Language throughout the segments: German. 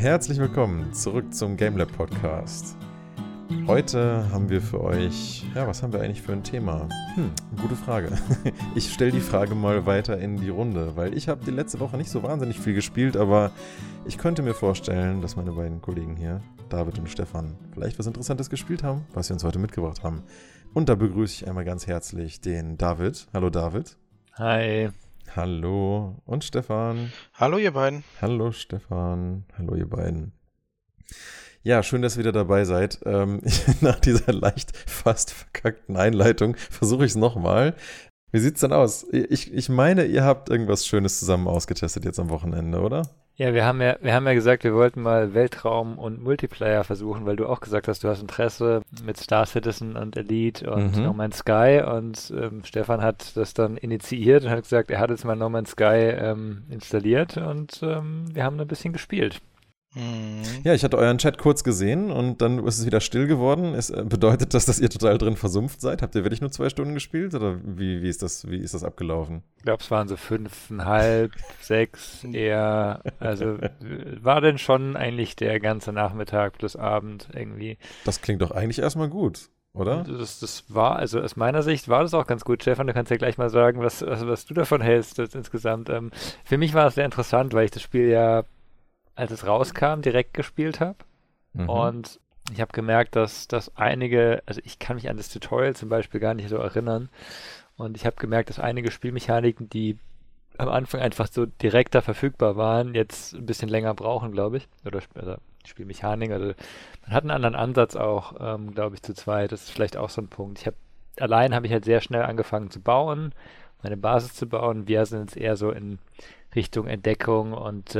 Herzlich willkommen zurück zum GameLab Podcast. Heute haben wir für euch, was haben wir eigentlich für ein Thema? Gute Frage. Ich stelle die Frage mal weiter in die Runde, weil ich habe die letzte Woche nicht so wahnsinnig viel gespielt, aber ich könnte mir vorstellen, dass meine beiden Kollegen hier, David und Stefan, vielleicht was Interessantes gespielt haben, was sie uns heute mitgebracht haben. Und da begrüße ich einmal ganz herzlich den David. Hallo David. Hi. Hallo. Und Stefan. Hallo ihr beiden. Hallo Stefan. Hallo ihr beiden. Ja, schön, dass ihr wieder dabei seid. Nach dieser leicht fast verkackten Einleitung versuche ich es nochmal. Wie sieht's denn aus? Ich meine, ihr habt irgendwas Schönes zusammen ausgetestet jetzt am Wochenende, oder? Ja, wir haben ja gesagt, wir wollten mal Weltraum und Multiplayer versuchen, weil du auch gesagt hast, du hast Interesse mit Star Citizen und Elite und No Man's Sky und Stefan hat das dann initiiert und hat gesagt, er hat jetzt mal No Man's Sky installiert und wir haben ein bisschen gespielt. Ja, ich hatte euren Chat kurz gesehen und dann ist es wieder still geworden. Bedeutet das, dass ihr total drin versumpft seid? Habt ihr wirklich nur 2 Stunden gespielt oder wie ist das abgelaufen? Ich glaube, es waren so 5,5, 6 eher. Also war denn schon eigentlich der ganze Nachmittag plus Abend irgendwie. Das klingt doch eigentlich erstmal gut, oder? Das war, also aus meiner Sicht war das auch ganz gut. Stefan, du kannst ja gleich mal sagen, was du davon hältst insgesamt. Für mich war es sehr interessant, weil ich das Spiel ja, als es rauskam, direkt gespielt habe. Und ich habe gemerkt, dass einige, also ich kann mich an das Tutorial zum Beispiel gar nicht so erinnern. Und ich habe gemerkt, dass einige Spielmechaniken, die am Anfang einfach so direkter verfügbar waren, jetzt ein bisschen länger brauchen, glaube ich. Oder also Spielmechanik. Also man hat einen anderen Ansatz auch, glaube ich, zu zweit. Das ist vielleicht auch so ein Punkt. Allein habe ich halt sehr schnell angefangen zu bauen, meine Basis zu bauen. Wir sind jetzt eher so in Richtung Entdeckung und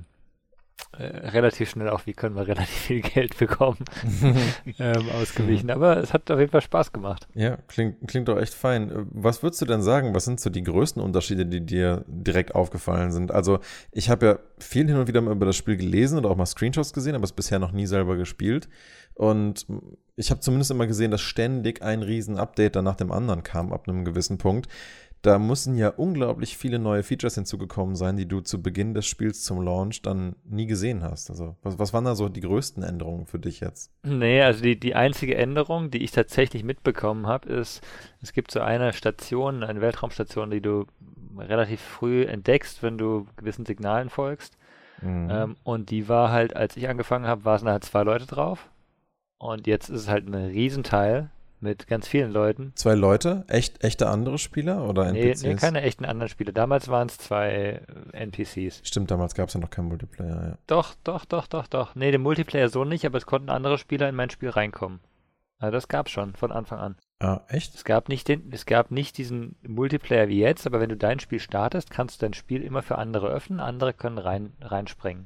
relativ schnell auch, wie können wir relativ viel Geld bekommen, ausgewichen. Aber es hat auf jeden Fall Spaß gemacht. Ja, klingt doch echt fein. Was würdest du denn sagen, was sind so die größten Unterschiede, die dir direkt aufgefallen sind? Also ich habe ja viel hin und wieder mal über das Spiel gelesen oder auch mal Screenshots gesehen, aber es bisher noch nie selber gespielt. Und ich habe zumindest immer gesehen, dass ständig ein Riesen-Update dann nach dem anderen kam, ab einem gewissen Punkt. Da müssen ja unglaublich viele neue Features hinzugekommen sein, die du zu Beginn des Spiels zum Launch dann nie gesehen hast. Also was waren da so die größten Änderungen für dich jetzt? Nee, also die einzige Änderung, die ich tatsächlich mitbekommen habe, ist, es gibt so eine Station, eine Weltraumstation, die du relativ früh entdeckst, wenn du gewissen Signalen folgst. Und die war halt, als ich angefangen habe, waren da halt 2 Leute drauf. Und jetzt ist es halt ein Riesenteil mit ganz vielen Leuten. 2 Leute? Echte andere Spieler oder NPCs? Nee, keine echten anderen Spieler. Damals waren es 2 NPCs. Stimmt, damals gab es ja noch keinen Multiplayer, ja. Doch. Nee, den Multiplayer so nicht, aber es konnten andere Spieler in mein Spiel reinkommen. Also das gab's schon von Anfang an. Ah, echt? Es gab nicht diesen Multiplayer wie jetzt, aber wenn du dein Spiel startest, kannst du dein Spiel immer für andere öffnen, andere können reinspringen.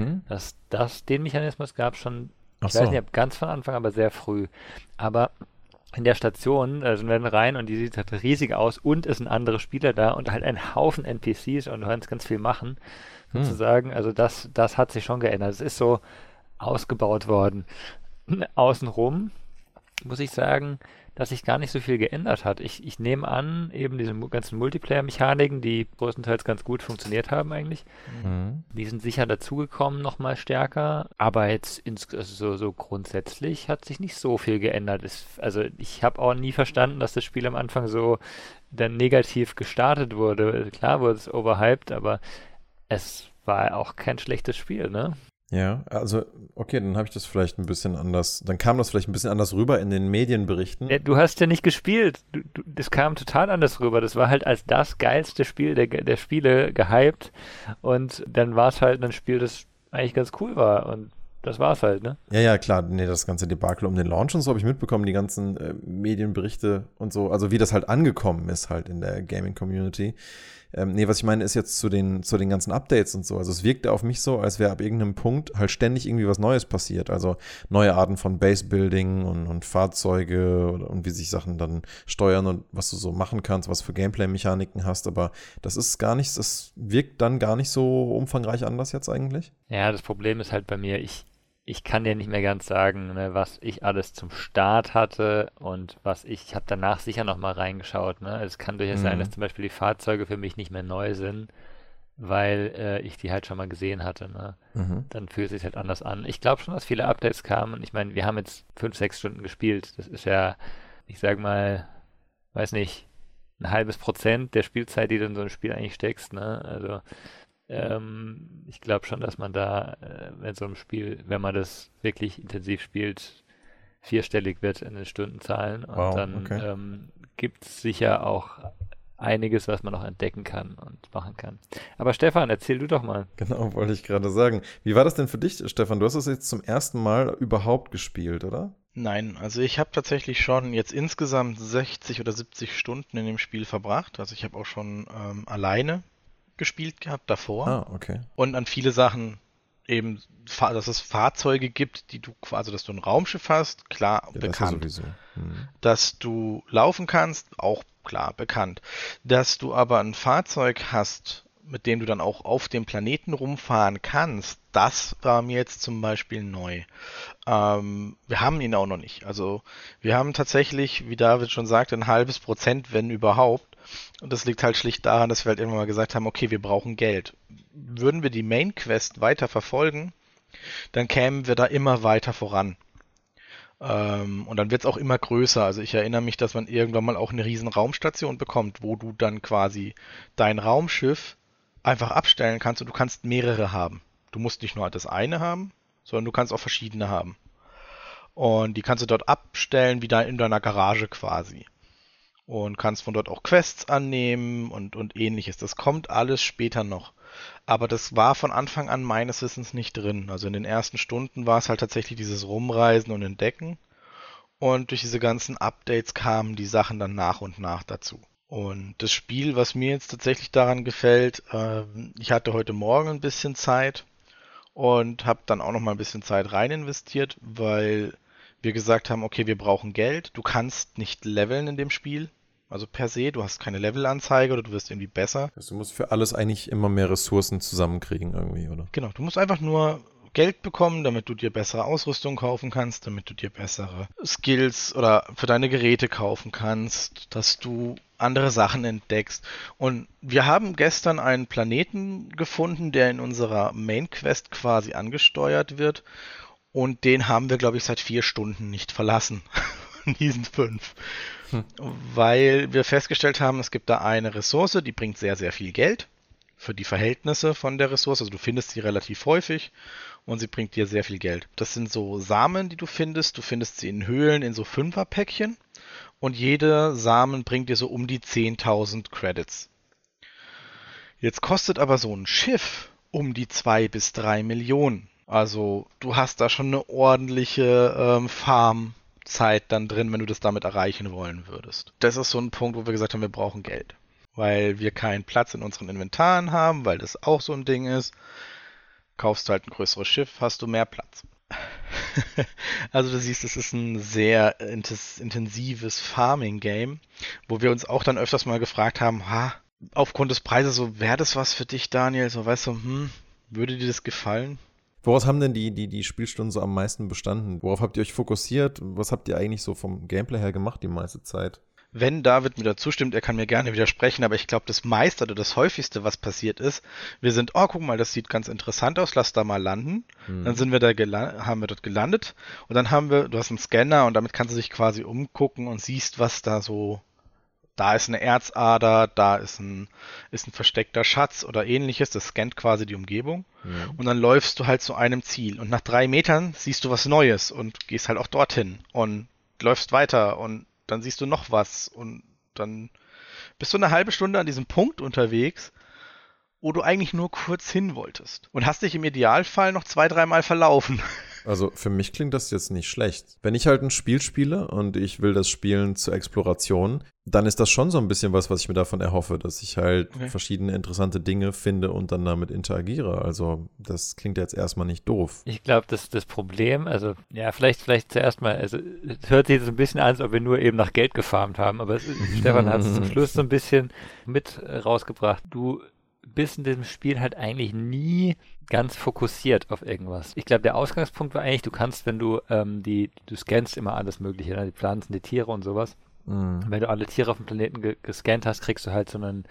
Den Mechanismus gab es schon, ich weiß nicht, ob ganz von Anfang, aber sehr früh. Aber in der Station, also werden rein und die sieht halt riesig aus und es sind andere Spieler da und halt ein Haufen NPCs und du kannst ganz viel machen, sozusagen. Also das hat sich schon geändert. Es ist so ausgebaut worden. Außenrum muss ich sagen, dass sich gar nicht so viel geändert hat. Ich nehme an, eben diese ganzen Multiplayer-Mechaniken, die größtenteils ganz gut funktioniert haben eigentlich, die sind sicher dazugekommen, nochmal stärker, aber jetzt so grundsätzlich hat sich nicht so viel geändert. Also ich habe auch nie verstanden, dass das Spiel am Anfang so dann negativ gestartet wurde. Klar wurde es overhyped, aber es war auch kein schlechtes Spiel, ne? Ja, also okay, dann habe ich das vielleicht ein bisschen anders, dann kam das vielleicht ein bisschen anders rüber in den Medienberichten. Du hast ja nicht gespielt, das kam total anders rüber, das war halt als das geilste Spiel der Spiele gehypt und dann war es halt ein Spiel, das eigentlich ganz cool war und das war's halt, ne? Ja, klar, nee, das ganze Debakel um den Launch und so habe ich mitbekommen, die ganzen Medienberichte und so, also wie das halt angekommen ist halt in der Gaming-Community. Was ich meine, ist jetzt zu den ganzen Updates und so. Also es wirkte auf mich so, als wäre ab irgendeinem Punkt halt ständig irgendwie was Neues passiert. Also neue Arten von Base-Building und Fahrzeuge und wie sich Sachen dann steuern und was du so machen kannst, was für Gameplay-Mechaniken hast. Aber das wirkt dann gar nicht so umfangreich anders jetzt eigentlich. Ja, das Problem ist halt bei mir, ich kann dir nicht mehr ganz sagen, ne, was ich alles zum Start hatte und ich habe danach sicher noch mal reingeschaut. Ne? Es kann durchaus sein, dass zum Beispiel die Fahrzeuge für mich nicht mehr neu sind. weil ich die halt schon mal gesehen hatte. Ne? Dann fühlt es sich halt anders an. Ich glaube schon, dass viele Updates kamen. Und ich meine, wir haben jetzt 5-6 Stunden gespielt. Das ist ja, ich sag mal, weiß nicht, ein halbes Prozent der Spielzeit, die du in so ein Spiel eigentlich steckst. Ne? Also ich glaube schon, dass man da in so einem Spiel, wenn man das wirklich intensiv spielt, vierstellig wird in den Stundenzahlen. Und dann gibt es sicher auch einiges, was man noch entdecken kann und machen kann. Aber Stefan, erzähl du doch mal. Genau, wollte ich gerade sagen. Wie war das denn für dich, Stefan? Du hast das jetzt zum ersten Mal überhaupt gespielt, oder? Nein, also ich habe tatsächlich schon jetzt insgesamt 60 oder 70 Stunden in dem Spiel verbracht. Also ich habe auch schon alleine gespielt gehabt davor. Ah, okay. Und an viele Sachen eben, dass es Fahrzeuge gibt, also dass du ein Raumschiff hast, klar, Ja, bekannt. das ja sowieso. Dass du laufen kannst, auch klar, bekannt. Dass du aber ein Fahrzeug hast, mit dem du dann auch auf dem Planeten rumfahren kannst, das war mir jetzt zum Beispiel neu. Wir haben ihn auch noch nicht. Also wir haben tatsächlich, wie David schon sagte, ein halbes Prozent, wenn überhaupt. Und das liegt halt schlicht daran, dass wir halt irgendwann mal gesagt haben, okay, wir brauchen Geld. Würden wir die Main Quest weiter verfolgen, dann kämen wir da immer weiter voran. Und dann wird es auch immer größer. Also ich erinnere mich, dass man irgendwann mal auch eine riesen Raumstation bekommt, wo du dann quasi dein Raumschiff einfach abstellen kannst und du kannst mehrere haben. Du musst nicht nur das eine haben, sondern du kannst auch verschiedene haben. Und die kannst du dort abstellen, wie in deiner Garage quasi. Und kannst von dort auch Quests annehmen und ähnliches. Das kommt alles später noch. Aber das war von Anfang an meines Wissens nicht drin. Also in den ersten Stunden war es halt tatsächlich dieses Rumreisen und Entdecken. Und durch diese ganzen Updates kamen die Sachen dann nach und nach dazu. Und das Spiel, was mir jetzt tatsächlich daran gefällt, ich hatte heute Morgen ein bisschen Zeit und habe dann auch noch mal ein bisschen Zeit rein investiert, weil wir gesagt haben, okay, wir brauchen Geld. Du kannst nicht leveln in dem Spiel. Also per se, du hast keine Levelanzeige oder du wirst irgendwie besser. Also du musst für alles eigentlich immer mehr Ressourcen zusammenkriegen irgendwie, oder? Genau, du musst einfach nur Geld bekommen, damit du dir bessere Ausrüstung kaufen kannst, damit du dir bessere Skills oder für deine Geräte kaufen kannst, dass du andere Sachen entdeckst. Und wir haben gestern einen Planeten gefunden, der in unserer Main Quest quasi angesteuert wird. Und den haben wir, glaube ich, seit 4 Stunden nicht verlassen. Von diesen 5. Weil wir festgestellt haben, es gibt da eine Ressource, die bringt sehr, sehr viel Geld für die Verhältnisse von der Ressource. Also du findest sie relativ häufig und sie bringt dir sehr viel Geld. Das sind so Samen, die du findest. Du findest sie in Höhlen in so 5er-Päckchen und jeder Samen bringt dir so um die 10.000 Credits. Jetzt kostet aber so ein Schiff um die 2 bis 3 Millionen. Also du hast da schon eine ordentliche Farmzeit dann drin, wenn du das damit erreichen wollen würdest. Das ist so ein Punkt, wo wir gesagt haben, wir brauchen Geld. Weil wir keinen Platz in unseren Inventaren haben, weil das auch so ein Ding ist. Kaufst du halt ein größeres Schiff, hast du mehr Platz. Also du siehst, es ist ein sehr intensives Farming-Game, wo wir uns auch dann öfters mal gefragt haben, aufgrund des Preises, so wäre das was für dich, Daniel? So weißt du, würde dir das gefallen? Woraus haben denn die Spielstunden so am meisten bestanden? Worauf habt ihr euch fokussiert? Was habt ihr eigentlich so vom Gameplay her gemacht die meiste Zeit? Wenn David mir da zustimmt, er kann mir gerne widersprechen, aber ich glaube, das meiste oder das häufigste, was passiert ist, wir sind, guck mal, das sieht ganz interessant aus, lass da mal landen. Dann sind wir haben wir dort gelandet und dann du hast einen Scanner und damit kannst du dich quasi umgucken und siehst, was da so, da ist eine Erzader, da ist ein versteckter Schatz oder ähnliches, das scannt quasi die Umgebung. Und dann läufst du halt zu einem Ziel und nach 3 Metern siehst du was Neues und gehst halt auch dorthin und läufst weiter und dann siehst du noch was und dann bist du eine halbe Stunde an diesem Punkt unterwegs, wo du eigentlich nur kurz hin wolltest und hast dich im Idealfall noch 2-3 Mal verlaufen. Also für mich klingt das jetzt nicht schlecht. Wenn ich halt ein Spiel spiele und ich will das spielen zur Exploration, dann ist das schon so ein bisschen was ich mir davon erhoffe, dass ich halt verschiedene interessante Dinge finde und dann damit interagiere. Also das klingt jetzt erstmal nicht doof. Ich glaube, das Problem, also ja, vielleicht zuerst mal, also es hört sich jetzt ein bisschen an, als ob wir nur eben nach Geld gefarmt haben, aber Stefan hat es zum Schluss so ein bisschen mit rausgebracht. Du bist in diesem Spiel halt eigentlich nie ganz fokussiert auf irgendwas. Ich glaube, der Ausgangspunkt war eigentlich, du kannst, wenn du du scannst immer alles Mögliche, ne? Die Pflanzen, die Tiere und sowas. Wenn du alle Tiere auf dem Planeten gescannt hast, kriegst du halt so einen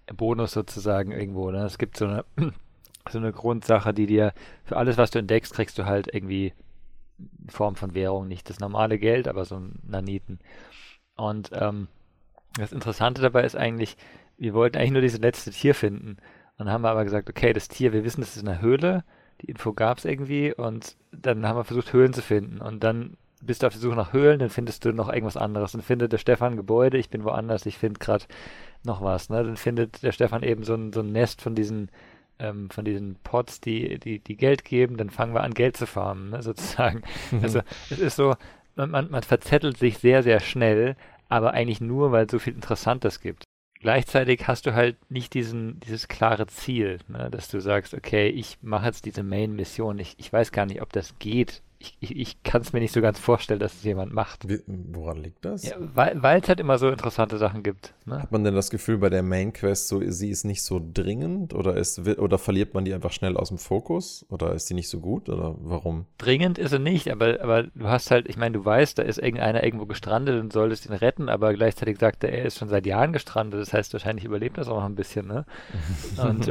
Bonus sozusagen irgendwo. Ne? Es gibt so eine Grundsache, die dir für alles, was du entdeckst, kriegst du halt irgendwie in Form von Währung, nicht das normale Geld, aber so ein Naniten. Und das Interessante dabei ist eigentlich, wir wollten eigentlich nur dieses letzte Tier finden. Und dann haben wir aber gesagt, okay, das Tier, wir wissen, das ist in der Höhle. Die Info gab es irgendwie und dann haben wir versucht, Höhlen zu finden. Und dann bist du auf der Suche nach Höhlen, dann findest du noch irgendwas anderes. Dann findet der Stefan ein Gebäude, ich bin woanders, ich finde gerade noch was. Ne? Dann findet der Stefan eben so ein Nest von diesen Pots, die Geld geben. Dann fangen wir an, Geld zu farmen, ne? Sozusagen. Also es ist so, man verzettelt sich sehr, sehr schnell, aber eigentlich nur, weil es so viel Interessantes gibt. Gleichzeitig hast du halt nicht dieses klare Ziel, ne, dass du sagst, okay, ich mache jetzt diese Main-Mission. Ich weiß gar nicht, ob das geht. Ich kann es mir nicht so ganz vorstellen, dass es jemand macht. Woran liegt das? Ja, weil es halt immer so interessante Sachen gibt. Ne? Hat man denn das Gefühl bei der Main-Quest, so, sie ist nicht so dringend oder verliert man die einfach schnell aus dem Fokus oder ist die nicht so gut oder warum? Dringend ist sie nicht, aber du hast halt, ich meine, du weißt, da ist irgendeiner irgendwo gestrandet und solltest ihn retten, aber gleichzeitig sagt er ist schon seit Jahren gestrandet, das heißt, wahrscheinlich überlebt das auch noch ein bisschen, ne? Und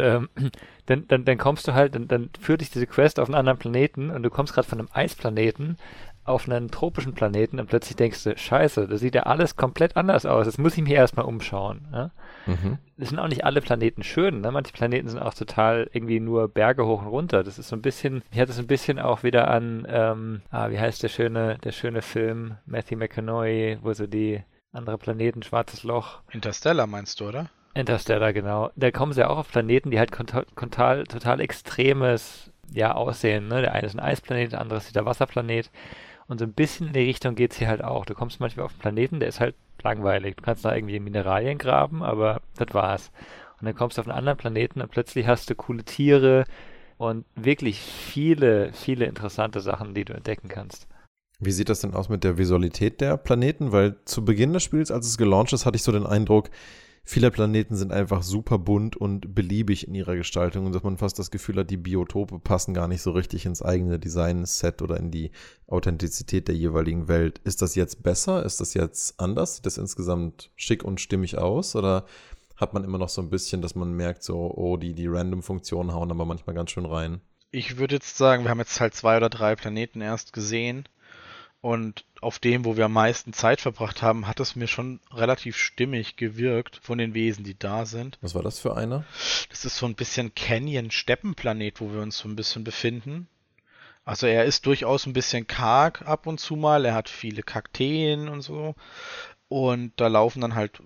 dann kommst du halt, dann führt dich diese Quest auf einen anderen Planeten und du kommst gerade von einem Eisplaneten auf einen tropischen Planeten und plötzlich denkst du, scheiße, das sieht ja alles komplett anders aus. Jetzt muss ich mich erstmal umschauen. Ja? Das sind auch nicht alle Planeten schön. Ne? Manche Planeten sind auch total irgendwie nur Berge hoch und runter. Das ist so ein bisschen, ich hatte es ein bisschen auch wieder an, wie heißt der schöne Film, Matthew McConaughey, wo so die andere Planeten, schwarzes Loch. Interstellar meinst du, oder? Interstellar, genau. Da kommen sie auch auf Planeten, die halt total extremes Aussehen. Ne? Der eine ist ein Eisplanet, der andere ist wieder Wasserplanet. Und so ein bisschen in die Richtung geht es hier halt auch. Du kommst manchmal auf einen Planeten, der ist halt langweilig. Du kannst da irgendwie Mineralien graben, aber das war's. Und dann kommst du auf einen anderen Planeten und plötzlich hast du coole Tiere und wirklich viele, viele interessante Sachen, die du entdecken kannst. Wie sieht das denn aus mit der Visualität der Planeten? Weil zu Beginn des Spiels, als es gelauncht ist, hatte ich so den Eindruck, viele Planeten sind einfach super bunt und beliebig in ihrer Gestaltung und dass man fast das Gefühl hat, die Biotope passen gar nicht so richtig ins eigene Design-Set oder in die Authentizität der jeweiligen Welt. Ist das jetzt besser? Ist das jetzt anders? Sieht das insgesamt schick und stimmig aus? Oder hat man immer noch so ein bisschen, dass man merkt, so, oh, die Random-Funktionen hauen aber manchmal ganz schön rein? Ich würde jetzt sagen, wir haben jetzt halt 2 oder 3 Planeten erst gesehen. Und auf dem, wo wir am meisten Zeit verbracht haben, hat es mir schon relativ stimmig gewirkt von den Wesen, die da sind. Was war das für einer? Das ist so ein bisschen Canyon-Steppenplanet, wo wir uns so ein bisschen befinden. Also er ist durchaus ein bisschen karg ab und zu mal. Er hat viele Kakteen und so. Und da laufen dann halt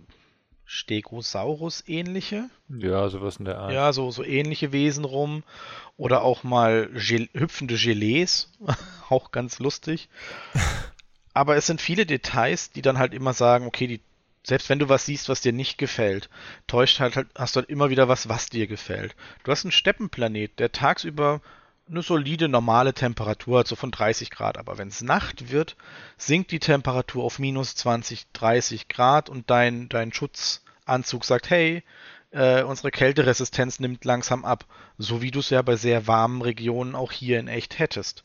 Stegosaurus-ähnliche. Ja, sowas in der Art. Ja, so ähnliche Wesen rum. Oder auch mal hüpfende Gelees. Auch ganz lustig. Aber es sind viele Details, die dann halt immer sagen, okay, selbst wenn du was siehst, was dir nicht gefällt, hast du halt immer wieder was dir gefällt. Du hast einen Steppenplanet, der tagsüber eine solide, normale Temperatur hat, so von 30 Grad. Aber wenn es Nacht wird, sinkt die Temperatur auf minus 20, 30 Grad und dein Schutzanzug sagt, hey, unsere Kälteresistenz nimmt langsam ab. So wie du es ja bei sehr warmen Regionen auch hier in echt hättest.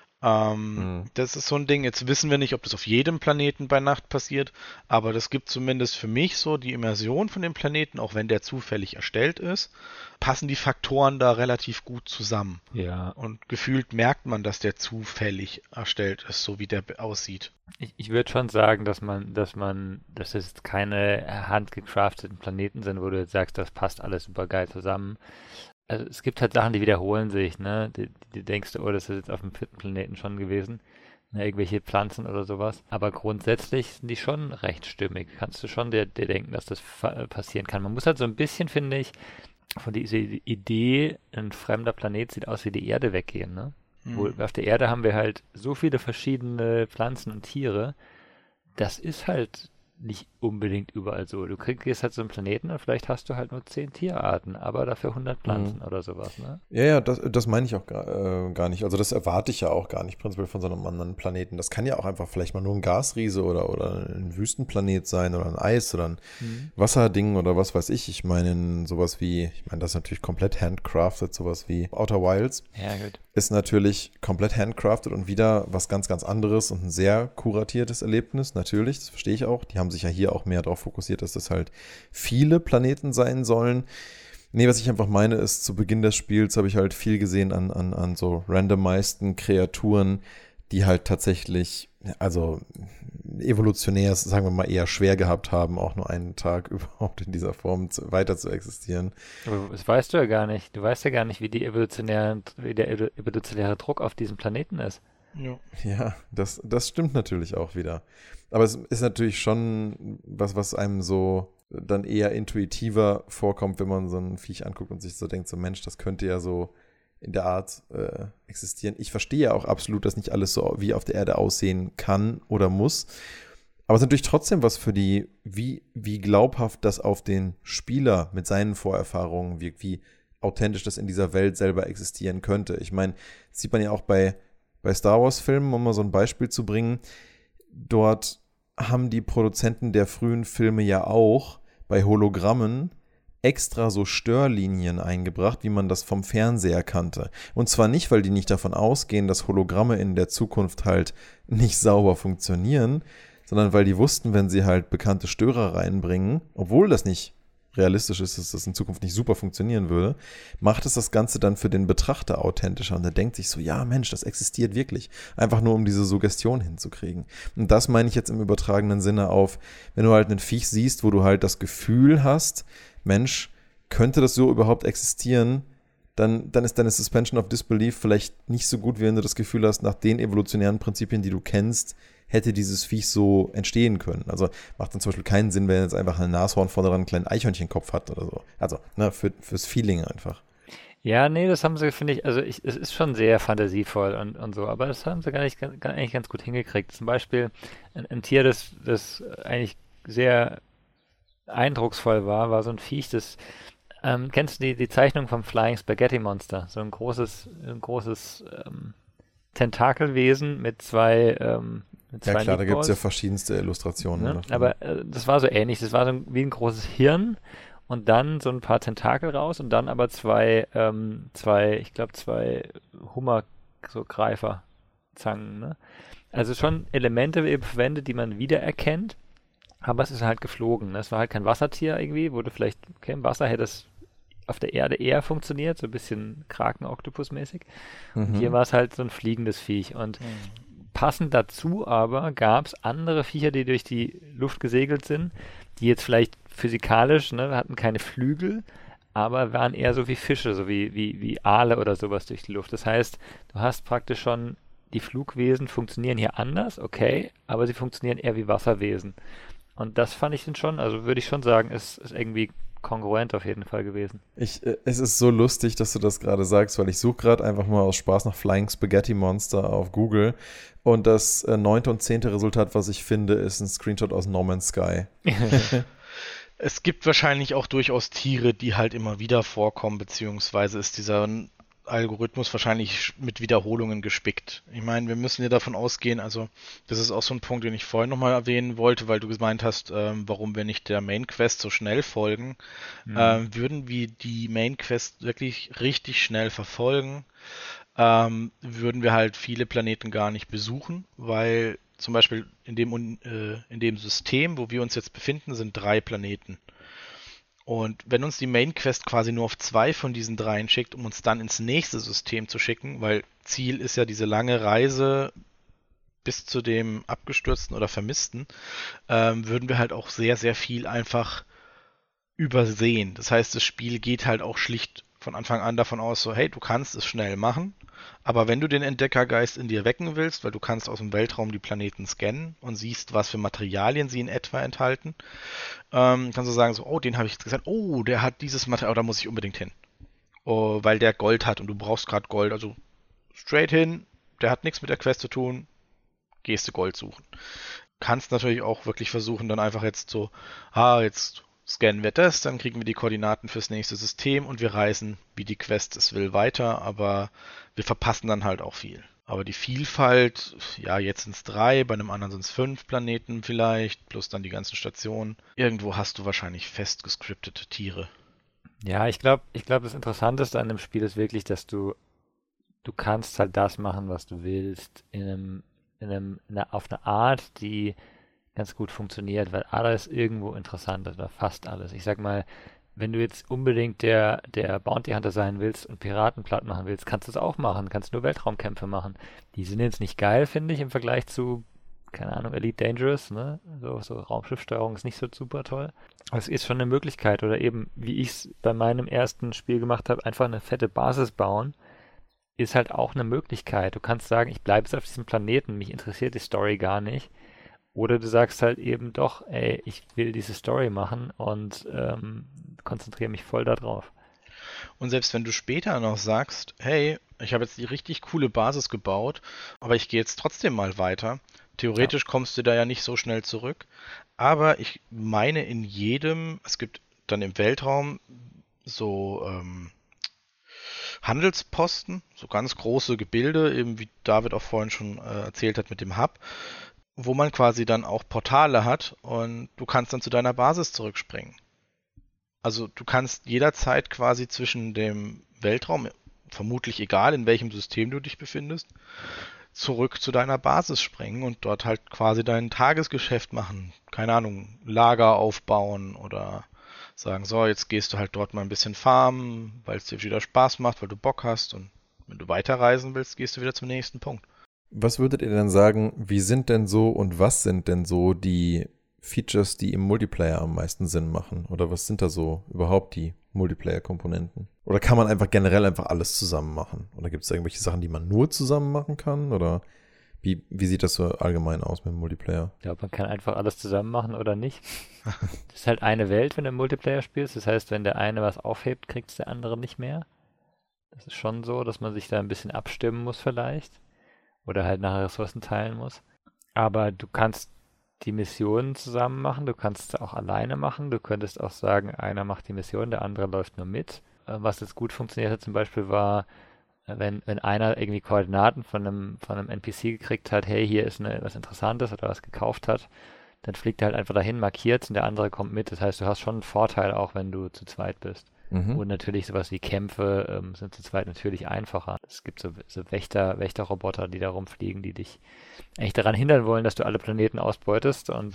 Das ist so ein Ding, jetzt wissen wir nicht, ob das auf jedem Planeten bei Nacht passiert, aber das gibt zumindest für mich so die Immersion von dem Planeten, auch wenn der zufällig erstellt ist, passen die Faktoren da relativ gut zusammen. Ja. Und gefühlt merkt man, dass der zufällig erstellt ist, so wie der aussieht. Ich würde schon sagen, dass es jetzt keine handgecrafteten Planeten sind, wo du jetzt sagst, das passt alles super geil zusammen. Also es gibt halt Sachen, die wiederholen sich, ne? Die denkst du, oh, das ist jetzt auf dem 4. Planeten schon gewesen. Ne? Irgendwelche Pflanzen oder sowas. Aber grundsätzlich sind die schon recht stimmig. Kannst du schon dir denken, dass das passieren kann. Man muss halt so ein bisschen, finde ich, von dieser Idee, ein fremder Planet sieht aus wie die Erde, weggehen, ne? Auf der Erde haben wir halt so viele verschiedene Pflanzen und Tiere. Das ist halt nicht unbedingt überall so. Du gehst halt so einen Planeten und vielleicht hast du halt nur 10 Tierarten, aber dafür 100 Pflanzen oder sowas, ne? Ja, das meine ich auch gar nicht. Also das erwarte ich ja auch gar nicht prinzipiell von so einem anderen Planeten. Das kann ja auch einfach vielleicht mal nur ein Gasriese oder ein Wüstenplanet sein oder ein Eis oder ein Wasserding oder was weiß ich. Ich meine das ist natürlich komplett handcrafted, sowas wie Outer Wilds. Ja, gut. ist natürlich komplett handcrafted und wieder was ganz, ganz anderes und ein sehr kuratiertes Erlebnis, natürlich, das verstehe ich auch. Die haben sich ja hier auch mehr darauf fokussiert, dass das halt viele Planeten sein sollen. Nee, was ich einfach meine, ist, zu Beginn des Spiels habe ich halt viel gesehen an so randomizeden Kreaturen, die halt tatsächlich, also evolutionär, sagen wir mal, eher schwer gehabt haben, auch nur einen Tag überhaupt in dieser Form weiter zu existieren. Aber das weißt du ja gar nicht. Du weißt ja gar nicht, wie der evolutionäre Druck auf diesem Planeten ist. Ja, das stimmt natürlich auch wieder. Aber es ist natürlich schon was einem so dann eher intuitiver vorkommt, wenn man so ein Viech anguckt und sich so denkt, so Mensch, das könnte ja so in der Art existieren. Ich verstehe ja auch absolut, dass nicht alles so wie auf der Erde aussehen kann oder muss. Aber es ist natürlich trotzdem was für die, wie glaubhaft das auf den Spieler mit seinen Vorerfahrungen wirkt, wie authentisch das in dieser Welt selber existieren könnte. Ich meine, das sieht man ja auch bei Star Wars-Filmen, um mal so ein Beispiel zu bringen. Dort haben die Produzenten der frühen Filme ja auch bei Hologrammen extra so Störlinien eingebracht, wie man das vom Fernseher kannte. Und zwar nicht, weil die nicht davon ausgehen, dass Hologramme in der Zukunft halt nicht sauber funktionieren, sondern weil die wussten, wenn sie halt bekannte Störer reinbringen, obwohl das nicht realistisch ist, dass das in Zukunft nicht super funktionieren würde, macht es das Ganze dann für den Betrachter authentischer und der denkt sich so, ja Mensch, das existiert wirklich. Einfach nur, um diese Suggestion hinzukriegen. Und das meine ich jetzt im übertragenen Sinne auf, wenn du halt einen Viech siehst, wo du halt das Gefühl hast, Mensch, könnte das so überhaupt existieren, dann ist deine Suspension of Disbelief vielleicht nicht so gut, wie wenn du das Gefühl hast, nach den evolutionären Prinzipien, die du kennst, hätte dieses Viech so entstehen können. Also macht dann zum Beispiel keinen Sinn, wenn jetzt einfach ein Nashorn vorne dran einen kleinen Eichhörnchenkopf hat oder so. Also, fürs Feeling einfach. Ja, nee, das haben sie, finde ich, es ist schon sehr fantasievoll und so, aber das haben sie eigentlich ganz gut hingekriegt. Zum Beispiel ein Tier, das eigentlich sehr eindrucksvoll war so ein Viech, das kennst du die Zeichnung vom Flying Spaghetti Monster? So ein großes Tentakelwesen mit zwei Ja klar, da gibt es ja Meatballs, verschiedenste Illustrationen. ne? Davon. Aber das war so ähnlich. Das war so wie ein großes Hirn und dann so ein paar Tentakel raus und dann aber zwei Hummer, so Greiferzangen, ne? Also schon Elemente eben verwendet, die man wiedererkennt. Aber es ist halt geflogen. Ne? Es war halt kein Wassertier irgendwie, wo du vielleicht, okay, im Wasser hätte es auf der Erde eher funktioniert, so ein bisschen Kraken-Oktopus-mäßig. Und hier war es halt so ein fliegendes Viech. Und passend dazu aber gab es andere Viecher, die durch die Luft gesegelt sind, die jetzt vielleicht physikalisch, ne, hatten keine Flügel, aber waren eher so wie Fische, so wie Aale oder sowas durch die Luft. Das heißt, du hast praktisch schon, die Flugwesen funktionieren hier anders, okay, aber sie funktionieren eher wie Wasserwesen. Und das fand ich dann schon, also würde ich schon sagen, ist irgendwie kongruent auf jeden Fall gewesen. Es ist so lustig, dass du das gerade sagst, weil ich suche gerade einfach mal aus Spaß nach Flying Spaghetti Monster auf Google und das 9. und 10. Resultat, was ich finde, ist ein Screenshot aus No Man's Sky. Es gibt wahrscheinlich auch durchaus Tiere, die halt immer wieder vorkommen, beziehungsweise ist dieser Algorithmus wahrscheinlich mit Wiederholungen gespickt. Ich meine, wir müssen ja davon ausgehen, also das ist auch so ein Punkt, den ich vorhin nochmal erwähnen wollte, weil du gemeint hast, warum wir nicht der Main Quest so schnell folgen. Würden wir die Main Quest wirklich richtig schnell verfolgen, würden wir halt viele Planeten gar nicht besuchen, weil zum Beispiel in dem System, wo wir uns jetzt befinden, sind 3 Planeten. Und wenn uns die Main Quest quasi nur auf 2 von diesen 3 schickt, um uns dann ins nächste System zu schicken, weil Ziel ist ja diese lange Reise bis zu dem Abgestürzten oder Vermissten, würden wir halt auch sehr, sehr viel einfach übersehen. Das heißt, das Spiel geht halt auch schlicht von Anfang an davon aus, so hey, du kannst es schnell machen, aber wenn du den Entdeckergeist in dir wecken willst, weil du kannst aus dem Weltraum die Planeten scannen und siehst, was für Materialien sie in etwa enthalten, kannst du sagen so, oh, den habe ich jetzt gesagt, oh, der hat dieses Material, da muss ich unbedingt hin. Oh, weil der Gold hat und du brauchst gerade Gold, also straight hin, der hat nichts mit der Quest zu tun, gehst du Gold suchen. Kannst natürlich auch wirklich versuchen, dann einfach jetzt so, jetzt scannen wir das, dann kriegen wir die Koordinaten fürs nächste System und wir reisen, wie die Quest es will, weiter, aber wir verpassen dann halt auch viel. Aber die Vielfalt, ja, jetzt sind es 3, bei einem anderen sind es 5 Planeten vielleicht, plus dann die ganzen Stationen. Irgendwo hast du wahrscheinlich fest gescriptete Tiere. Ja, ich glaube, das Interessanteste an dem Spiel ist wirklich, dass du du kannst halt das machen, was du willst, auf eine Art, die ganz gut funktioniert, weil alles irgendwo interessant ist, oder fast alles. Ich sag mal, wenn du jetzt unbedingt der Bounty Hunter sein willst und Piraten platt machen willst, kannst du es auch machen, kannst nur Weltraumkämpfe machen. Die sind jetzt nicht geil, finde ich, im Vergleich zu, keine Ahnung, Elite Dangerous, ne? So Raumschiffsteuerung ist nicht so super toll. Aber es ist schon eine Möglichkeit, oder eben, wie ich es bei meinem ersten Spiel gemacht habe, einfach eine fette Basis bauen, ist halt auch eine Möglichkeit. Du kannst sagen, ich bleibe jetzt auf diesem Planeten, mich interessiert die Story gar nicht. Oder du sagst halt eben doch, ey, ich will diese Story machen und konzentriere mich voll darauf. Und selbst wenn du später noch sagst, hey, ich habe jetzt die richtig coole Basis gebaut, aber ich gehe jetzt trotzdem mal weiter. Theoretisch kommst du da ja nicht so schnell zurück. Aber ich meine es gibt dann im Weltraum so Handelsposten, so ganz große Gebilde, eben wie David auch vorhin schon erzählt hat mit dem Hub, wo man quasi dann auch Portale hat und du kannst dann zu deiner Basis zurückspringen. Also du kannst jederzeit quasi zwischen dem Weltraum, vermutlich egal in welchem System du dich befindest, zurück zu deiner Basis springen und dort halt quasi dein Tagesgeschäft machen. Keine Ahnung, Lager aufbauen oder sagen, so, jetzt gehst du halt dort mal ein bisschen farmen, weil es dir wieder Spaß macht, weil du Bock hast und wenn du weiterreisen willst, gehst du wieder zum nächsten Punkt. Was würdet ihr denn sagen, wie sind denn so und was sind denn so die Features, die im Multiplayer am meisten Sinn machen? Oder was sind da so überhaupt die Multiplayer-Komponenten? Oder kann man einfach generell einfach alles zusammen machen? Oder gibt es irgendwelche Sachen, die man nur zusammen machen kann? Oder wie sieht das so allgemein aus mit dem Multiplayer? Ich glaube, man kann einfach alles zusammen machen oder nicht. Das ist halt eine Welt, wenn du im Multiplayer spielst. Das heißt, wenn der eine was aufhebt, kriegt es der andere nicht mehr. Das ist schon so, dass man sich da ein bisschen abstimmen muss vielleicht. Oder halt nachher Ressourcen teilen muss. Aber du kannst die Missionen zusammen machen, du kannst es auch alleine machen. Du könntest auch sagen, einer macht die Mission, der andere läuft nur mit. Was jetzt gut funktioniert hat zum Beispiel war, wenn einer irgendwie Koordinaten von einem NPC gekriegt hat, hey, hier ist was Interessantes oder was gekauft hat, dann fliegt er halt einfach dahin, markiert und der andere kommt mit. Das heißt, du hast schon einen Vorteil, auch wenn du zu zweit bist. Und natürlich sowas wie Kämpfe sind zu zweit natürlich einfacher. Es gibt so Wächterroboter, die da rumfliegen, die dich eigentlich daran hindern wollen, dass du alle Planeten ausbeutest. Und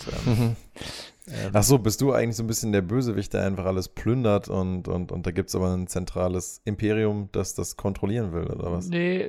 ach so, bist du eigentlich so ein bisschen der Bösewicht, der einfach alles plündert und da gibt es aber ein zentrales Imperium, das das kontrollieren will, oder was?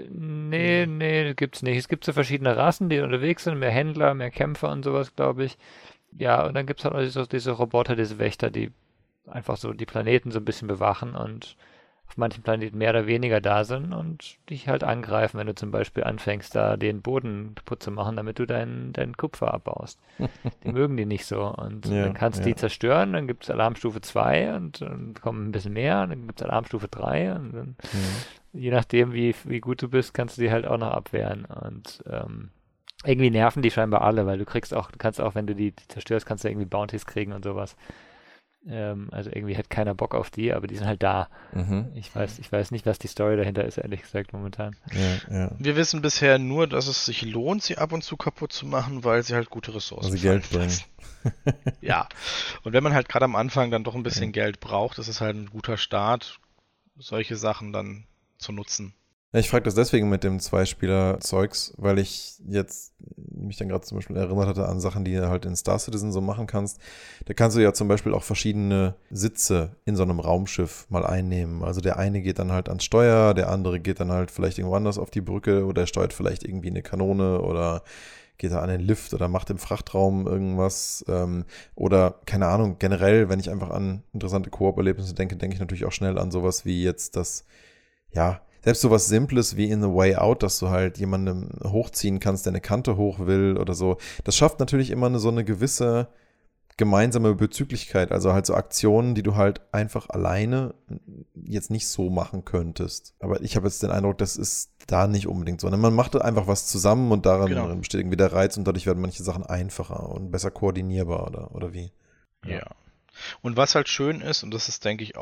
Nee, gibt's nicht. Es gibt so verschiedene Rassen, die unterwegs sind, mehr Händler, mehr Kämpfer und sowas, glaube ich. Ja, und dann gibt es halt auch diese Roboter, diese Wächter, die einfach so die Planeten so ein bisschen bewachen und auf manchen Planeten mehr oder weniger da sind und dich halt angreifen, wenn du zum Beispiel anfängst, da den Boden kaputt zu machen, damit du dein Kupfer abbaust. Die mögen die nicht so und dann kannst du die zerstören, dann gibt es Alarmstufe 2 und dann kommen ein bisschen mehr, und dann gibt es Alarmstufe 3 und dann, je nachdem, wie gut du bist, kannst du die halt auch noch abwehren und irgendwie nerven die scheinbar alle, weil du kannst auch, wenn du die zerstörst, kannst du irgendwie Bounties kriegen und sowas. Also irgendwie hat keiner Bock auf die, aber die sind halt da. Ich weiß nicht, was die Story dahinter ist, ehrlich gesagt, momentan. Ja. Wir wissen bisher nur, dass es sich lohnt, sie ab und zu kaputt zu machen, weil sie halt gute Ressourcen also Geld bringen. Ja. Und wenn man halt gerade am Anfang dann doch ein bisschen Geld braucht, ist es halt ein guter Start, solche Sachen dann zu nutzen. Ja, ich frage das deswegen mit dem Zweispieler-Zeugs, weil ich jetzt mich dann gerade zum Beispiel erinnert hatte an Sachen, die du halt in Star Citizen so machen kannst. Da kannst du ja zum Beispiel auch verschiedene Sitze in so einem Raumschiff mal einnehmen. Also der eine geht dann halt ans Steuer, der andere geht dann halt vielleicht irgendwo anders auf die Brücke oder steuert vielleicht irgendwie eine Kanone oder geht da an den Lift oder macht im Frachtraum irgendwas oder keine Ahnung, generell, wenn ich einfach an interessante Koop-Erlebnisse denke ich natürlich auch schnell an sowas wie jetzt das, ja, selbst sowas Simples wie in The Way Out, dass du halt jemandem hochziehen kannst, der eine Kante hoch will oder so. Das schafft natürlich immer so eine gewisse gemeinsame Bezüglichkeit, also halt so Aktionen, die du halt einfach alleine jetzt nicht so machen könntest. Aber ich habe jetzt den Eindruck, das ist da nicht unbedingt so. Man macht einfach was zusammen und daran besteht irgendwie der Reiz und dadurch werden manche Sachen einfacher und besser koordinierbar oder wie. Ja. Und was halt schön ist, und das ist, denke ich, auch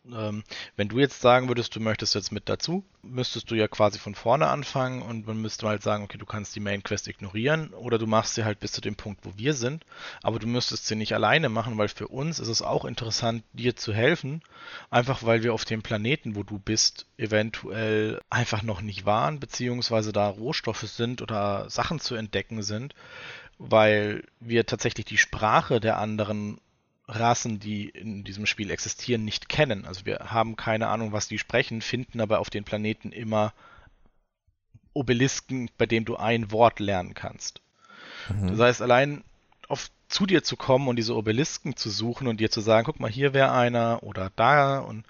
Wenn du jetzt sagen würdest, du möchtest jetzt mit dazu, müsstest du ja quasi von vorne anfangen und man müsste halt sagen, okay, du kannst die Main Quest ignorieren oder du machst sie halt bis zu dem Punkt, wo wir sind, aber du müsstest sie nicht alleine machen, weil für uns ist es auch interessant, dir zu helfen, einfach weil wir auf dem Planeten, wo du bist, eventuell einfach noch nicht waren, beziehungsweise da Rohstoffe sind oder Sachen zu entdecken sind, weil wir tatsächlich die Sprache der anderen Rassen, die in diesem Spiel existieren, nicht kennen. Also wir haben keine Ahnung, was die sprechen, finden aber auf den Planeten immer Obelisken, bei denen du ein Wort lernen kannst. Das heißt, allein zu dir zu kommen und diese Obelisken zu suchen und dir zu sagen, guck mal, hier wäre einer oder da und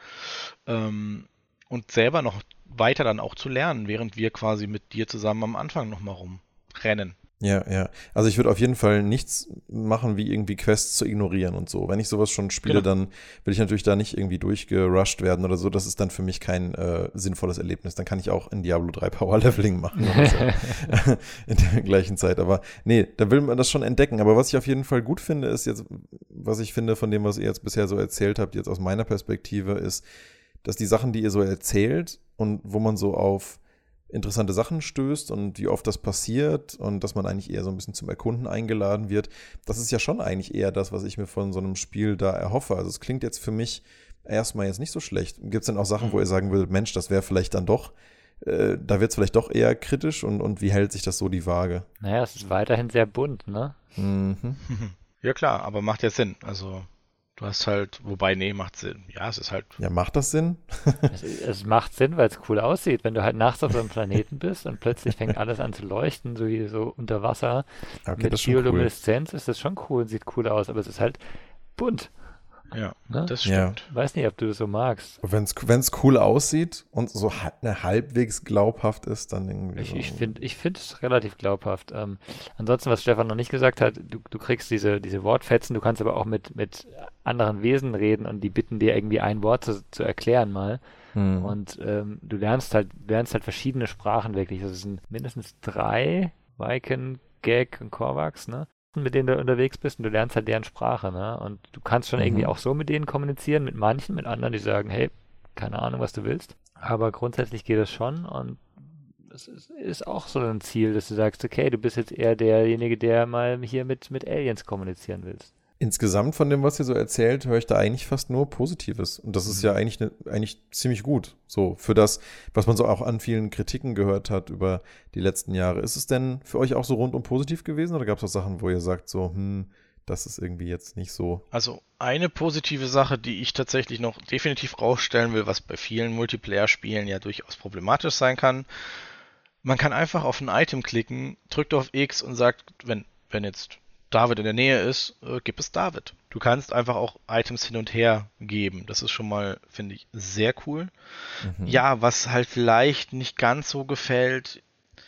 selber noch weiter dann auch zu lernen, während wir quasi mit dir zusammen am Anfang nochmal rumrennen. Ja, ja. Also ich würde auf jeden Fall nichts machen, wie irgendwie Quests zu ignorieren und so. Wenn ich sowas schon spiele, dann will ich natürlich da nicht irgendwie durchgerusht werden oder so. Das ist dann für mich kein sinnvolles Erlebnis. Dann kann ich auch in Diablo 3 Power-Leveling machen oder so. In der gleichen Zeit. Aber nee, da will man das schon entdecken. Aber was ich auf jeden Fall gut finde, ist jetzt, was ich finde von dem, was ihr jetzt bisher so erzählt habt, jetzt aus meiner Perspektive, ist, dass die Sachen, die ihr so erzählt und wo man so auf interessante Sachen stößt und wie oft das passiert und dass man eigentlich eher so ein bisschen zum Erkunden eingeladen wird, das ist ja schon eigentlich eher das, was ich mir von so einem Spiel da erhoffe. Also es klingt jetzt für mich erstmal jetzt nicht so schlecht. Gibt es denn auch Sachen, wo ihr sagen würdet, Mensch, das wäre vielleicht dann doch, da wird es vielleicht doch eher kritisch und wie hält sich das so die Waage? Naja, es ist weiterhin sehr bunt, ne? Mhm. Ja klar, aber macht ja Sinn. Also du hast halt, wobei, nee, macht Sinn. Ja, es ist halt. Ja, macht das Sinn? Es macht Sinn, weil es cool aussieht. Wenn du halt nachts auf einem Planeten bist und plötzlich fängt alles an zu leuchten, so wie so unter Wasser Okay, mit das ist schon cool. Biolumineszenz, ist das schon cool und sieht cool aus, aber es ist halt bunt. Ja, Ne? das Ja. stimmt. Weiß nicht, ob du das so magst. Wenn es cool aussieht und so halbwegs glaubhaft ist, dann irgendwie so. Ich finde es relativ glaubhaft. Ansonsten, was Stefan noch nicht gesagt hat, du kriegst diese Wortfetzen, du kannst aber auch mit anderen Wesen reden und die bitten dir irgendwie ein Wort zu erklären mal. Und du lernst halt verschiedene Sprachen wirklich. Das sind mindestens 3, Viken, Gek und Korvax, ne? Mit denen du unterwegs bist und du lernst halt deren Sprache, ne? Und du kannst schon irgendwie auch so mit denen kommunizieren, mit manchen, mit anderen, die sagen, hey, keine Ahnung, was du willst. Aber grundsätzlich geht das schon und es ist auch so ein Ziel, dass du sagst, okay, du bist jetzt eher derjenige, der mal hier mit Aliens kommunizieren willst. Insgesamt von dem, was ihr so erzählt, höre ich da eigentlich fast nur Positives. Und das ist ja eigentlich ziemlich gut. So, für das, was man so auch an vielen Kritiken gehört hat über die letzten Jahre. Ist es denn für euch auch so rundum positiv gewesen? Oder gab es auch Sachen, wo ihr sagt, so, das ist irgendwie jetzt nicht so? Also eine positive Sache, die ich tatsächlich noch definitiv rausstellen will, was bei vielen Multiplayer-Spielen ja durchaus problematisch sein kann. Man kann einfach auf ein Item klicken, drückt auf X und sagt, wenn jetzt David in der Nähe ist, gib es David. Du kannst einfach auch Items hin und her geben. Das ist schon mal, finde ich, sehr cool. Ja, was halt vielleicht nicht ganz so gefällt,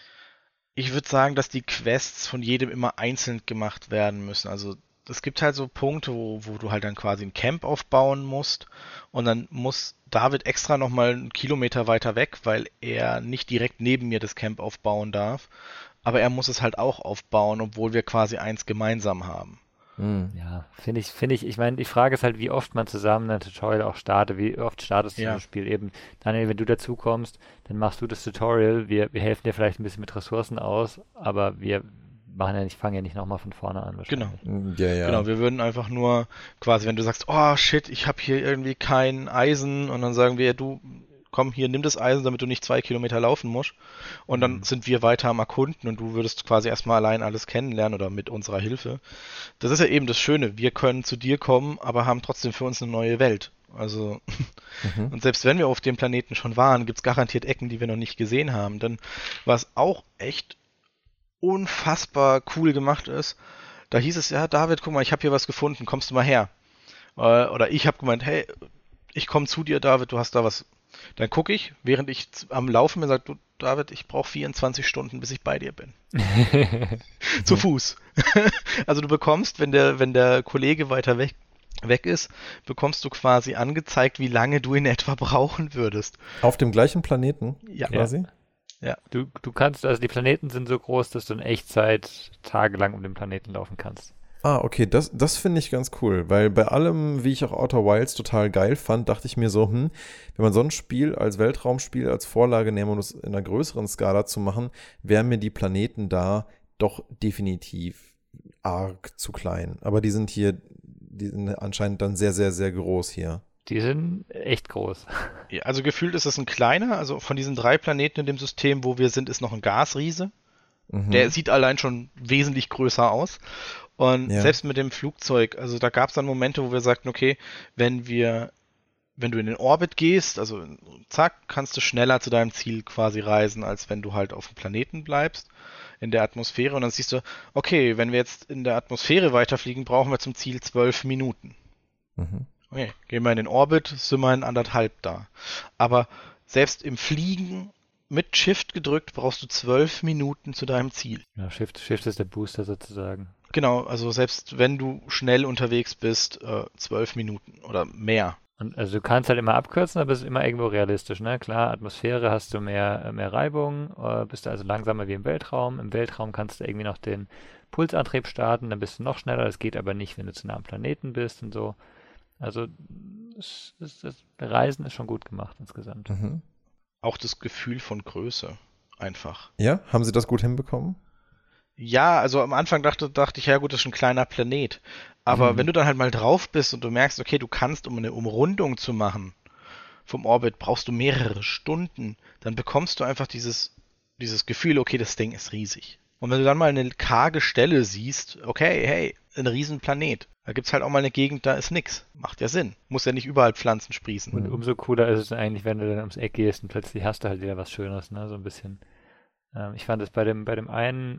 ich würde sagen, dass die Quests von jedem immer einzeln gemacht werden müssen. Also es gibt halt so Punkte, wo du halt dann quasi ein Camp aufbauen musst und dann muss David extra nochmal 1 Kilometer weiter weg, weil er nicht direkt neben mir das Camp aufbauen darf. Aber er muss es halt auch aufbauen, obwohl wir quasi eins gemeinsam haben. Ja, finde ich meine, die Frage ist halt, wie oft man zusammen ein Tutorial auch startet, wie oft startest du das Spiel eben. Daniel, wenn du dazu kommst, dann machst du das Tutorial, wir helfen dir vielleicht ein bisschen mit Ressourcen aus, aber wir fangen ja nicht nochmal von vorne an wahrscheinlich. Genau. Ja. Genau, wir würden einfach nur quasi, wenn du sagst, oh shit, ich habe hier irgendwie kein Eisen und dann sagen wir, du, komm hier, nimm das Eisen, damit du nicht 2 Kilometer laufen musst und dann sind wir weiter am Erkunden und du würdest quasi erstmal allein alles kennenlernen oder mit unserer Hilfe. Das ist ja eben das Schöne, wir können zu dir kommen, aber haben trotzdem für uns eine neue Welt. Also, und selbst wenn wir auf dem Planeten schon waren, gibt es garantiert Ecken, die wir noch nicht gesehen haben. Denn was auch echt unfassbar cool gemacht ist, da hieß es, ja, David, guck mal, ich habe hier was gefunden, kommst du mal her? Oder ich habe gemeint, hey, ich komme zu dir, David, du hast da was. Dann gucke ich, während ich am Laufen bin, sage, du, David, ich brauche 24 Stunden, bis ich bei dir bin. Zu Fuß. Also du bekommst, wenn der Kollege weiter weg ist, bekommst du quasi angezeigt, wie lange du in etwa brauchen würdest. Auf dem gleichen Planeten quasi? Ja. Du kannst, also die Planeten sind so groß, dass du in Echtzeit tagelang um den Planeten laufen kannst. Ah, okay, das finde ich ganz cool, weil bei allem, wie ich auch Outer Wilds total geil fand, dachte ich mir so, wenn man so ein Spiel als Weltraumspiel, als Vorlage nehmen, um es in einer größeren Skala zu machen, wären mir die Planeten da doch definitiv arg zu klein. Aber die sind anscheinend dann sehr, sehr, sehr groß hier. Die sind echt groß. Ja, also gefühlt ist es ein kleiner, also von diesen 3 Planeten in dem System, wo wir sind, ist noch ein Gasriese. Der sieht allein schon wesentlich größer aus. Und selbst mit dem Flugzeug, also da gab es dann Momente, wo wir sagten, okay, wenn du in den Orbit gehst, also zack, kannst du schneller zu deinem Ziel quasi reisen, als wenn du halt auf dem Planeten bleibst, in der Atmosphäre. Und dann siehst du, okay, wenn wir jetzt in der Atmosphäre weiterfliegen, brauchen wir zum Ziel 12 Minuten. Okay, gehen wir in den Orbit, sind wir in 1,5 da. Aber selbst im Fliegen mit Shift gedrückt brauchst du 12 Minuten zu deinem Ziel. Ja, Shift ist der Booster sozusagen. Genau, also selbst wenn du schnell unterwegs bist, 12 Minuten oder mehr. Und also du kannst halt immer abkürzen, aber es ist immer irgendwo realistisch, ne? Klar, Atmosphäre hast du mehr Reibung, bist du also langsamer wie im Weltraum. Im Weltraum kannst du irgendwie noch den Pulsantrieb starten, dann bist du noch schneller. Das geht aber nicht, wenn du zu nah am Planeten bist und so. Also das Reisen ist schon gut gemacht insgesamt. Auch das Gefühl von Größe einfach. Ja, haben Sie das gut hinbekommen? Ja, also am Anfang dachte ich, ja gut, das ist ein kleiner Planet. Aber wenn du dann halt mal drauf bist und du merkst, okay, du kannst, um eine Umrundung zu machen vom Orbit, brauchst du mehrere Stunden, dann bekommst du einfach dieses Gefühl, okay, das Ding ist riesig. Und wenn du dann mal eine karge Stelle siehst, okay, hey, ein Riesenplanet. Da gibt's halt auch mal eine Gegend, da ist nix. Macht ja Sinn. Muss ja nicht überall Pflanzen sprießen. Und umso cooler ist es eigentlich, wenn du dann ums Eck gehst und plötzlich hast du halt wieder was Schönes, ne? So ein bisschen. Ich fand es bei dem einen,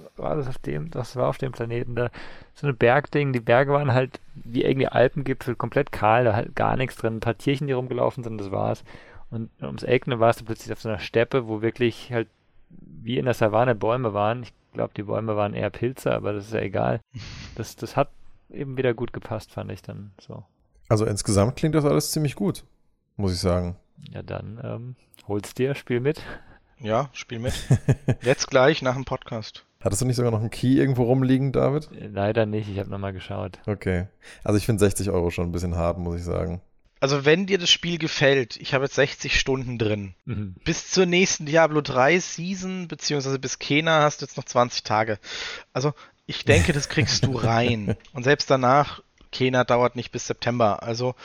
das war auf dem Planeten da, so eine Bergding, die Berge waren halt wie irgendwie Alpengipfel, komplett kahl, da halt gar nichts drin, ein paar Tierchen, die rumgelaufen sind, das war's. Und ums Eck, ne, warst du plötzlich auf so einer Steppe, wo wirklich halt wie in der Savanne Bäume waren. Ich glaube, die Bäume waren eher Pilze, aber das ist ja egal. Das hat eben wieder gut gepasst, fand ich dann so. Also insgesamt klingt das alles ziemlich gut, muss ich sagen. Ja, dann hol's dir, spiel mit. Ja, spiel mit. Jetzt gleich nach dem Podcast. Hattest du nicht sogar noch einen Key irgendwo rumliegen, David? Leider nicht, ich habe nochmal geschaut. Okay. Also ich finde 60 € schon ein bisschen hart, muss ich sagen. Also wenn dir das Spiel gefällt, ich habe jetzt 60 Stunden drin. Bis zur nächsten Diablo 3 Season, beziehungsweise bis Kena hast du jetzt noch 20 Tage. Also ich denke, das kriegst du rein. Und selbst danach, Kena dauert nicht bis September. Also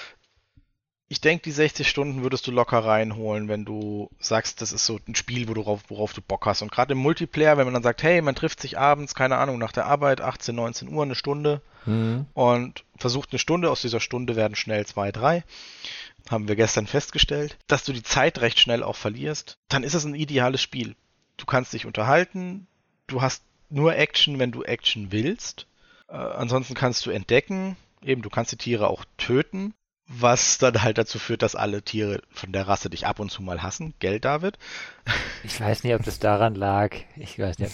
ich denke, die 60 Stunden würdest du locker reinholen, wenn du sagst, das ist so ein Spiel, worauf du Bock hast. Und gerade im Multiplayer, wenn man dann sagt, hey, man trifft sich abends, keine Ahnung, nach der Arbeit, 18, 19 Uhr, eine Stunde und versucht eine Stunde, aus dieser Stunde werden schnell 2, 3, haben wir gestern festgestellt, dass du die Zeit recht schnell auch verlierst, dann ist es ein ideales Spiel. Du kannst dich unterhalten, du hast nur Action, wenn du Action willst. Ansonsten kannst du entdecken, eben, du kannst die Tiere auch töten. Was dann halt dazu führt, dass alle Tiere von der Rasse dich ab und zu mal hassen. Gell, David? Ich weiß nicht, ob das daran lag. Ich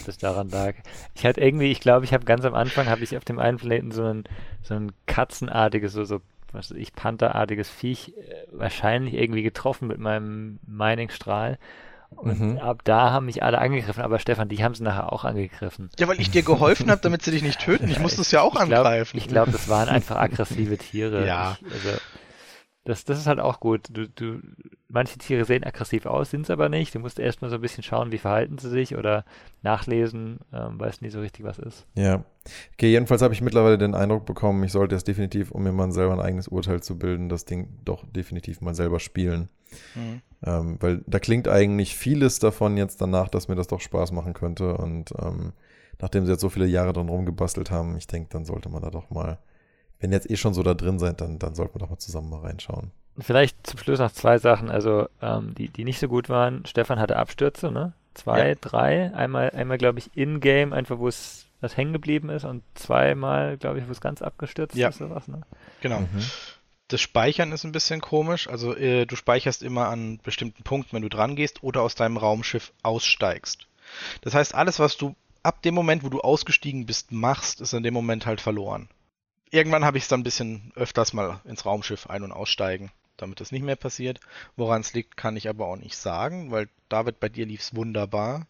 glaube, ich habe ganz am Anfang, habe ich auf dem einen Planeten so ein katzenartiges, was weiß ich, pantherartiges Viech wahrscheinlich irgendwie getroffen mit meinem Mining-Strahl. Und ab da haben mich alle angegriffen, aber Stefan, die haben sie nachher auch angegriffen. Ja, weil ich dir geholfen habe, damit sie dich nicht töten. Ich musste es ja auch angreifen. Ich glaube, das waren einfach aggressive Tiere. Ja. Das ist halt auch gut. Manche Tiere sehen aggressiv aus, sind es aber nicht. Du musst erstmal so ein bisschen schauen, wie verhalten sie sich oder nachlesen, weiß nie so richtig, was ist. Ja. Okay, jedenfalls habe ich mittlerweile den Eindruck bekommen, ich sollte jetzt definitiv, um mir mal selber ein eigenes Urteil zu bilden, das Ding doch definitiv mal selber spielen. Weil da klingt eigentlich vieles davon jetzt danach, dass mir das doch Spaß machen könnte. Und nachdem sie jetzt so viele Jahre dran rumgebastelt haben, ich denke, dann sollte man da doch mal, wenn jetzt eh schon so da drin seid, dann sollte man doch mal zusammen mal reinschauen. Vielleicht zum Schluss noch 2 Sachen, also die nicht so gut waren. Stefan hatte Abstürze, ne? 2, 3. Einmal glaube ich, in-game, einfach wo es was hängen geblieben ist und 2-mal, glaube ich, wo es ganz abgestürzt ist oder was, ne? Genau. Das Speichern ist ein bisschen komisch. Also du speicherst immer an bestimmten Punkten, wenn du dran gehst oder aus deinem Raumschiff aussteigst. Das heißt, alles, was du ab dem Moment, wo du ausgestiegen bist, machst, ist in dem Moment halt verloren. Irgendwann habe ich es dann ein bisschen öfters mal ins Raumschiff ein- und aussteigen, damit das nicht mehr passiert. Woran es liegt, kann ich aber auch nicht sagen, weil David, bei dir lief es wunderbar.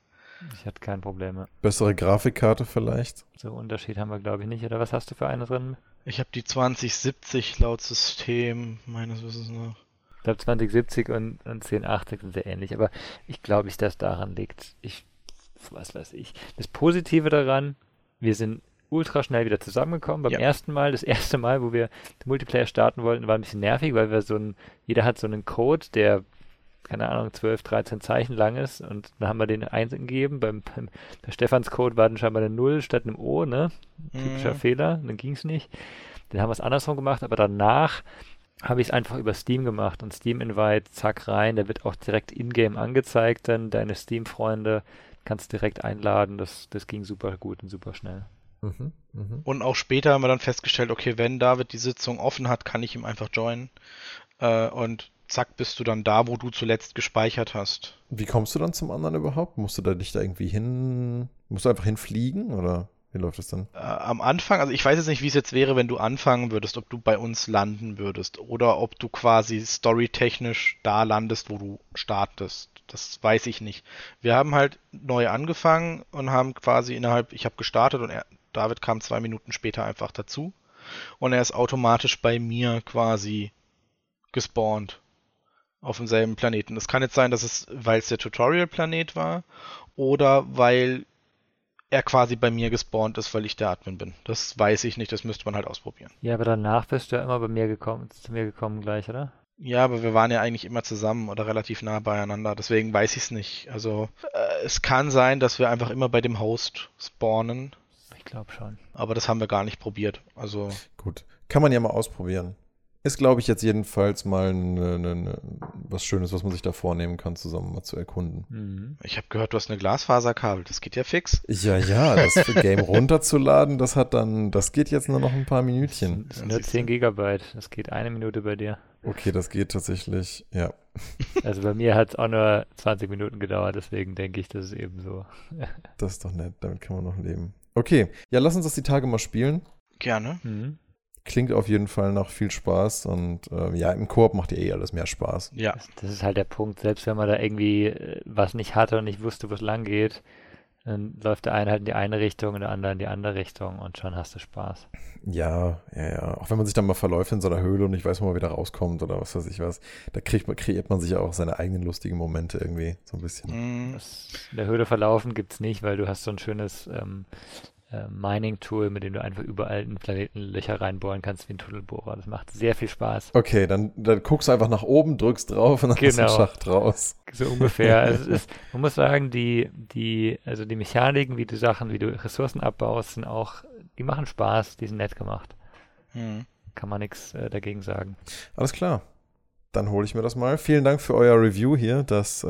Ich hatte keine Probleme. Bessere Grafikkarte vielleicht? So einen Unterschied haben wir, glaube ich, nicht. Oder was hast du für eine drin? Ich habe die 2070 laut System, meines Wissens nach. Ich glaube 2070 und 1080 sind sehr ähnlich, aber ich glaube nicht, dass daran liegt. Was weiß ich. Das Positive daran, wir sind ultra schnell wieder zusammengekommen. Beim ersten Mal, das erste Mal, wo wir den Multiplayer starten wollten, war ein bisschen nervig, weil wir jeder hat so einen Code, der, keine Ahnung, 12, 13 Zeichen lang ist und dann haben wir den eingegeben. Bei Stefans Code war dann scheinbar eine 0 statt einem O, ne? Typischer Fehler, dann ging es nicht. Dann haben wir es andersrum gemacht, aber danach habe ich es einfach über Steam gemacht und Steam-Invite, zack, rein, der wird auch direkt in-game angezeigt, dann deine Steam-Freunde kannst direkt einladen, das ging super gut und super schnell. Und auch später haben wir dann festgestellt, okay, wenn David die Sitzung offen hat, kann ich ihm einfach joinen und zack, bist du dann da, wo du zuletzt gespeichert hast. Wie kommst du dann zum anderen überhaupt? Musst du einfach hinfliegen oder wie läuft das dann? Am Anfang, also ich weiß jetzt nicht, wie es jetzt wäre, wenn du anfangen würdest, ob du bei uns landen würdest oder ob du quasi storytechnisch da landest, wo du startest. Das weiß ich nicht. Wir haben halt neu angefangen und haben quasi ich habe gestartet und David kam 2 Minuten später einfach dazu und er ist automatisch bei mir quasi gespawnt auf demselben Planeten. Es kann jetzt sein, weil es der Tutorial-Planet war oder weil er quasi bei mir gespawnt ist, weil ich der Admin bin. Das weiß ich nicht, das müsste man halt ausprobieren. Ja, aber danach bist du ja immer zu mir gekommen gleich, oder? Ja, aber wir waren ja eigentlich immer zusammen oder relativ nah beieinander, deswegen weiß ich es nicht. Also es kann sein, dass wir einfach immer bei dem Host spawnen. Ich glaube schon. Aber das haben wir gar nicht probiert. Also gut, kann man ja mal ausprobieren. Ist, glaube ich, jetzt jedenfalls mal was Schönes, was man sich da vornehmen kann, zusammen mal zu erkunden. Ich habe gehört, du hast eine Glasfaserkabel. Das geht ja fix. Ja, das für Game runterzuladen, das geht jetzt nur noch ein paar Minütchen. Das sind nur 10 Gigabyte. Das geht 1 Minute bei dir. Okay, das geht tatsächlich, ja. Also bei mir hat es auch nur 20 Minuten gedauert, deswegen denke ich, das ist eben so. Das ist doch nett, damit kann man noch leben. Okay, ja, lass uns das die Tage mal spielen. Gerne. Klingt auf jeden Fall nach viel Spaß und im Koop macht ja alles mehr Spaß. Ja. Das ist halt der Punkt, selbst wenn man da irgendwie was nicht hatte und nicht wusste, wo es lang geht, dann läuft der eine halt in die eine Richtung und der andere in die andere Richtung und schon hast du Spaß. Ja. Auch wenn man sich dann mal verläuft in so einer Höhle und nicht weiß, wo man wieder rauskommt oder was weiß ich was, da kreiert man sich ja auch seine eigenen lustigen Momente irgendwie so ein bisschen. In der Höhle verlaufen gibt's nicht, weil du hast so ein schönes Mining-Tool, mit dem du einfach überall in Planeten Löcher reinbohren kannst wie ein Tunnelbohrer. Das macht sehr viel Spaß. Okay, dann guckst du einfach nach oben, drückst drauf und dann ist ein Schacht raus. So ungefähr. Also man muss sagen, die Mechaniken, wie du Ressourcen abbaust, die machen Spaß, die sind nett gemacht. Kann man nichts dagegen sagen. Alles klar. Dann hole ich mir das mal. Vielen Dank für euer Review hier. Das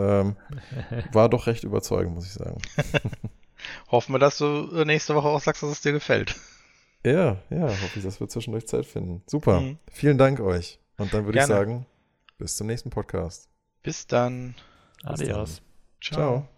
war doch recht überzeugend, muss ich sagen. Hoffen wir, dass du nächste Woche auch sagst, dass es dir gefällt. Ja, hoffe ich, dass wir zwischendurch Zeit finden. Super. Vielen Dank euch. Und dann würde ich sagen, bis zum nächsten Podcast. Bis dann. Adios. Ciao.